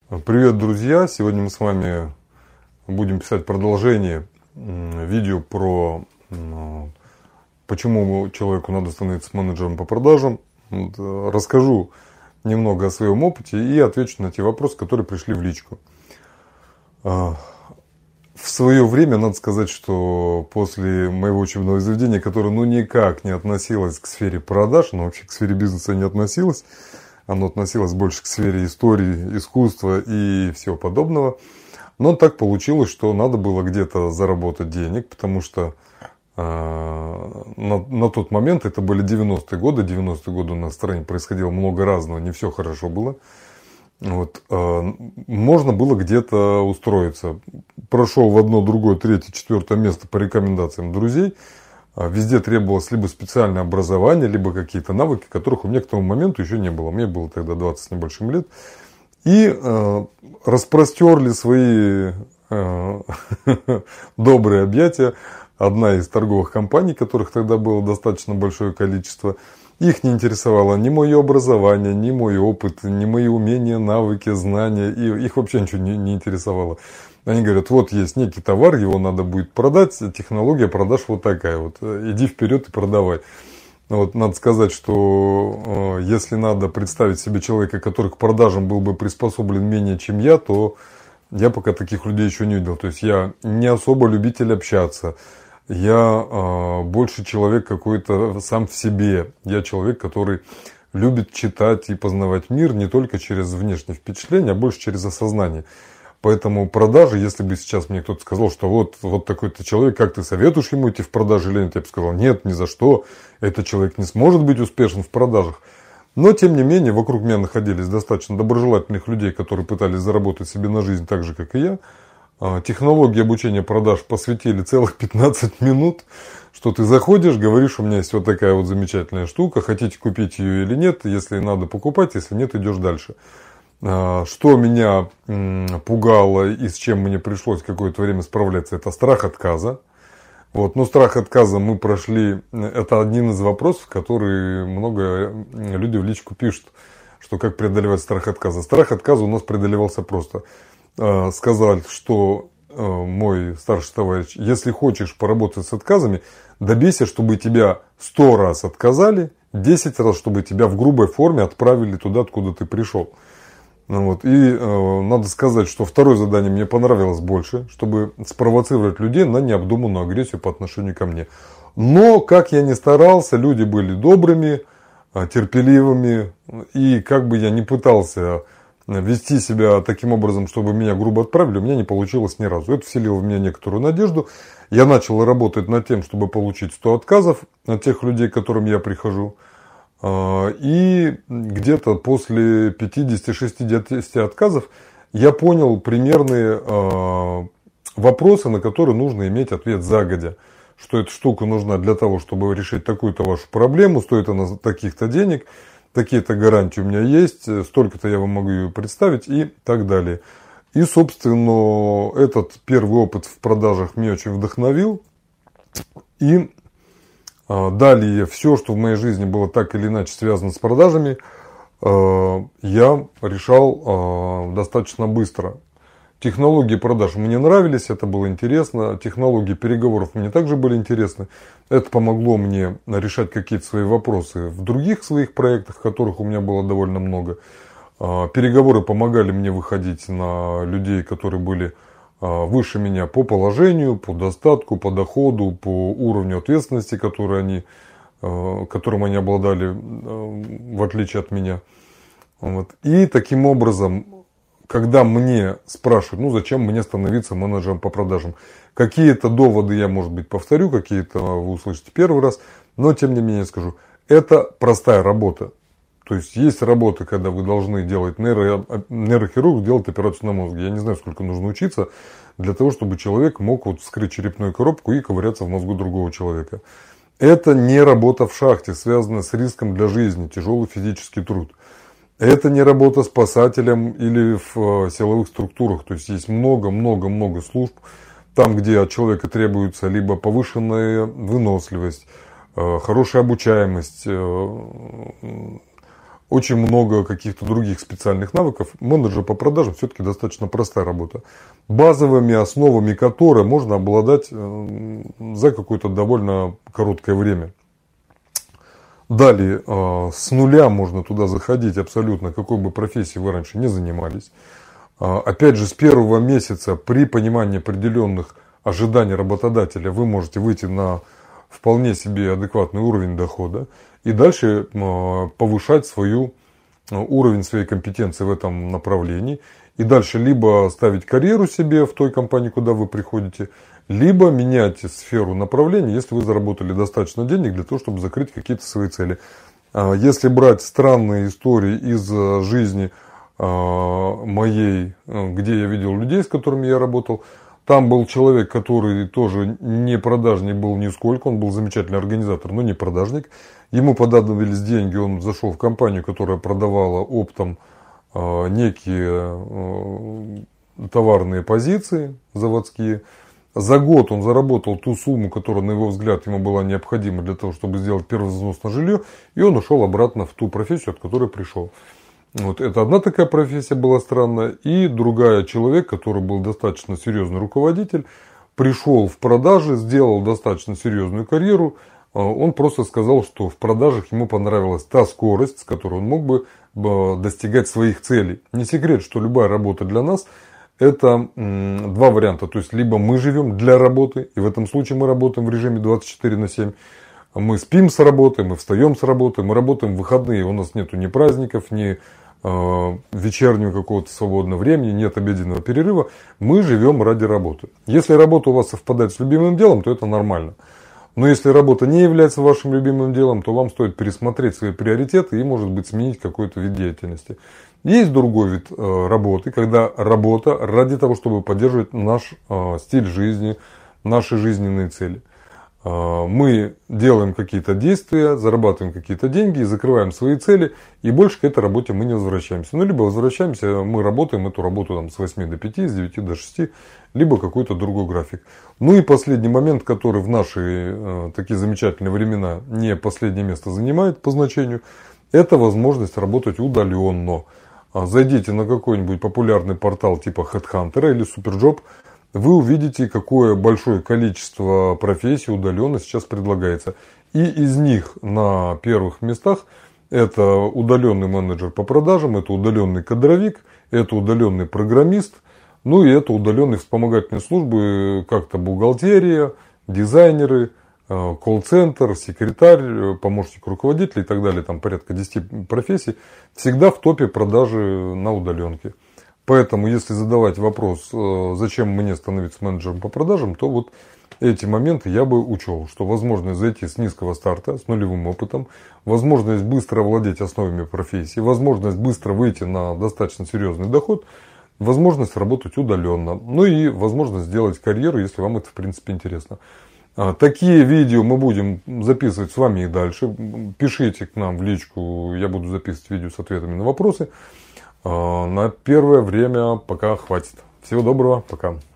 Привет, друзья! Сегодня мы с вами будем писать продолжение видео про почему человеку надо становиться менеджером по продажам. Расскажу немного о своем опыте и отвечу на те вопросы, которые пришли в личку. В свое время, надо сказать, что после моего учебного заведения, которое никак не относилось к сфере продаж, но вообще к сфере бизнеса не относилось, оно относилось больше к сфере истории, искусства и всего подобного. Но так получилось, что надо было где-то заработать денег, потому что на тот момент, это были 90-е годы, 90-е годы у нас в стране происходило много разного, не все хорошо было. Можно было где-то устроиться. Прошел в одно, другое, третье, четвертое место по рекомендациям друзей. Везде требовалось либо специальное образование, либо какие-то навыки, которых у меня к тому моменту еще не было. Мне было тогда 20 с небольшим лет. И распростерли свои добрые объятия одна из торговых компаний, которых тогда было достаточно большое количество. Их не интересовало ни мое образование, ни мой опыт, ни мои умения, навыки, знания. И их вообще ничего не интересовало. Они говорят, вот есть некий товар, его надо будет продать, технология продаж вот такая вот. Иди вперед и продавай. Надо сказать, что если надо представить себе человека, который к продажам был бы приспособлен менее, чем я, то я пока таких людей еще не видел. То есть я не особо любитель общаться. Я больше человек какой-то сам в себе. Я человек, который любит читать и познавать мир не только через внешние впечатления, а больше через осознание. Поэтому продажи, если бы сейчас мне кто-то сказал, что вот такой-то человек, как ты советуешь ему идти в продажи или нет, я бы сказал, нет, ни за что, этот человек не сможет быть успешен в продажах. Но, тем не менее, вокруг меня находились достаточно доброжелательных людей, которые пытались заработать себе на жизнь так же, как и я. Технологии обучения продаж посвятили целых 15 минут, что ты заходишь, говоришь, у меня есть вот такая вот замечательная штука, хотите купить ее или нет, если надо покупать, если нет, идешь дальше. Что меня пугало и с чем мне пришлось какое-то время справляться, это страх отказа. Но страх отказа мы прошли, это один из вопросов, которые много людей в личку пишут, что как преодолевать страх отказа. Страх отказа у нас преодолевался просто. Сказал, что мой старший товарищ, если хочешь поработать с отказами, добейся, чтобы тебя 100 раз отказали, 10 раз, чтобы тебя в грубой форме отправили туда, откуда ты пришел. И надо сказать, что второе задание мне понравилось больше, чтобы спровоцировать людей на необдуманную агрессию по отношению ко мне. Но, как я ни старался, люди были добрыми, терпеливыми, и как бы я ни пытался вести себя таким образом, чтобы меня грубо отправили, у меня не получилось ни разу. Это вселило в меня некоторую надежду. Я начал работать над тем, чтобы получить 100 отказов от тех людей, к которым я прихожу. И где-то после 50-60 отказов я понял примерные вопросы, на которые нужно иметь ответ загодя. Что эта штука нужна для того, чтобы решить такую-то вашу проблему, стоит она таких-то денег, такие-то гарантии у меня есть, столько-то я вам могу ее представить и так далее. И, собственно, этот первый опыт в продажах меня очень вдохновил. И далее все, что в моей жизни было так или иначе связано с продажами, я решал достаточно быстро. Технологии продаж мне нравились, это было интересно. Технологии переговоров мне также были интересны. Это помогло мне решать какие-то свои вопросы в других своих проектах, которых у меня было довольно много. Переговоры помогали мне выходить на людей, которые были выше меня по положению, по достатку, по доходу, по уровню ответственности, которым они обладали, в отличие от меня. И таким образом, когда мне спрашивают, зачем мне становиться менеджером по продажам, какие-то доводы я, может быть, повторю, какие-то вы услышите первый раз, но тем не менее скажу, это простая работа. То есть работы, когда вы должны делать нейрохирург, делать операцию на мозге. Я не знаю, сколько нужно учиться для того, чтобы человек мог вскрыть черепную коробку и ковыряться в мозгу другого человека. Это не работа в шахте, связанная с риском для жизни, тяжелый физический труд. Это не работа спасателем или в силовых структурах. То есть есть много служб, там, где от человека требуется либо повышенная выносливость, хорошая обучаемость, очень много каких-то других специальных навыков. Менеджер по продажам все-таки достаточно простая работа, базовыми основами которой можно обладать за какое-то довольно короткое время. Далее, с нуля можно туда заходить абсолютно, какой бы профессией вы раньше не занимались. Опять же, с первого месяца при понимании определенных ожиданий работодателя вы можете выйти на вполне себе адекватный уровень дохода и дальше повышать уровень своей компетенции в этом направлении. И дальше либо ставить карьеру себе в той компании, куда вы приходите, либо менять сферу направления, если вы заработали достаточно денег для того, чтобы закрыть какие-то свои цели. Если брать странные истории из жизни моей, где я видел людей, с которыми я работал, там был человек, который тоже не продажник был нисколько, он был замечательный организатор, но не продажник. Ему понадобились деньги, он зашел в компанию, которая продавала оптом некие товарные позиции заводские. За год он заработал ту сумму, которая, на его взгляд, ему была необходима для того, чтобы сделать первый взнос на жилье, и он ушел обратно в ту профессию, от которой пришел. Вот это одна такая профессия была странная, и другая человек, который был достаточно серьезный руководитель, пришел в продажи, сделал достаточно серьезную карьеру. Он просто сказал, что в продажах ему понравилась та скорость, с которой он мог бы достигать своих целей. Не секрет, что любая работа для нас – это два варианта. То есть, либо мы живем для работы, и в этом случае мы работаем в режиме 24/7. Мы спим с работы, мы встаем с работы, мы работаем в выходные. У нас нету ни праздников, ни вечернего какого-то свободного времени, нет обеденного перерыва. Мы живем ради работы. Если работа у вас совпадает с любимым делом, то это нормально. Но если работа не является вашим любимым делом, то вам стоит пересмотреть свои приоритеты и, может быть, сменить какой-то вид деятельности. Есть другой вид работы, когда работа ради того, чтобы поддерживать наш стиль жизни, наши жизненные цели. Мы делаем какие-то действия, зарабатываем какие-то деньги, закрываем свои цели, и больше к этой работе мы не возвращаемся. Ну, либо возвращаемся, мы работаем эту работу там, с 8 до 5, с 9 до 6, либо какой-то другой график. Ну и последний момент, который в наши такие замечательные времена не последнее место занимает по значению, это возможность работать удаленно. Зайдите на какой-нибудь популярный портал типа HeadHunter или Superjob, вы увидите, какое большое количество профессий удаленно сейчас предлагается. И из них на первых местах это удаленный менеджер по продажам, это удаленный кадровик, это удаленный программист, ну и это удаленные вспомогательные службы, как-то бухгалтерия, дизайнеры, колл-центр, секретарь, помощник руководителя и так далее. Там порядка 10 профессий. Всегда в топе продажи на удаленке. Поэтому, если задавать вопрос, зачем мне становиться менеджером по продажам, то вот эти моменты я бы учел, что возможность зайти с низкого старта, с нулевым опытом, возможность быстро овладеть основами профессии, возможность быстро выйти на достаточно серьезный доход, возможность работать удаленно, ну и возможность сделать карьеру, если вам это в принципе интересно. Такие видео мы будем записывать с вами и дальше. Пишите к нам в личку, я буду записывать видео с ответами на вопросы. На первое время пока хватит. Всего доброго, пока.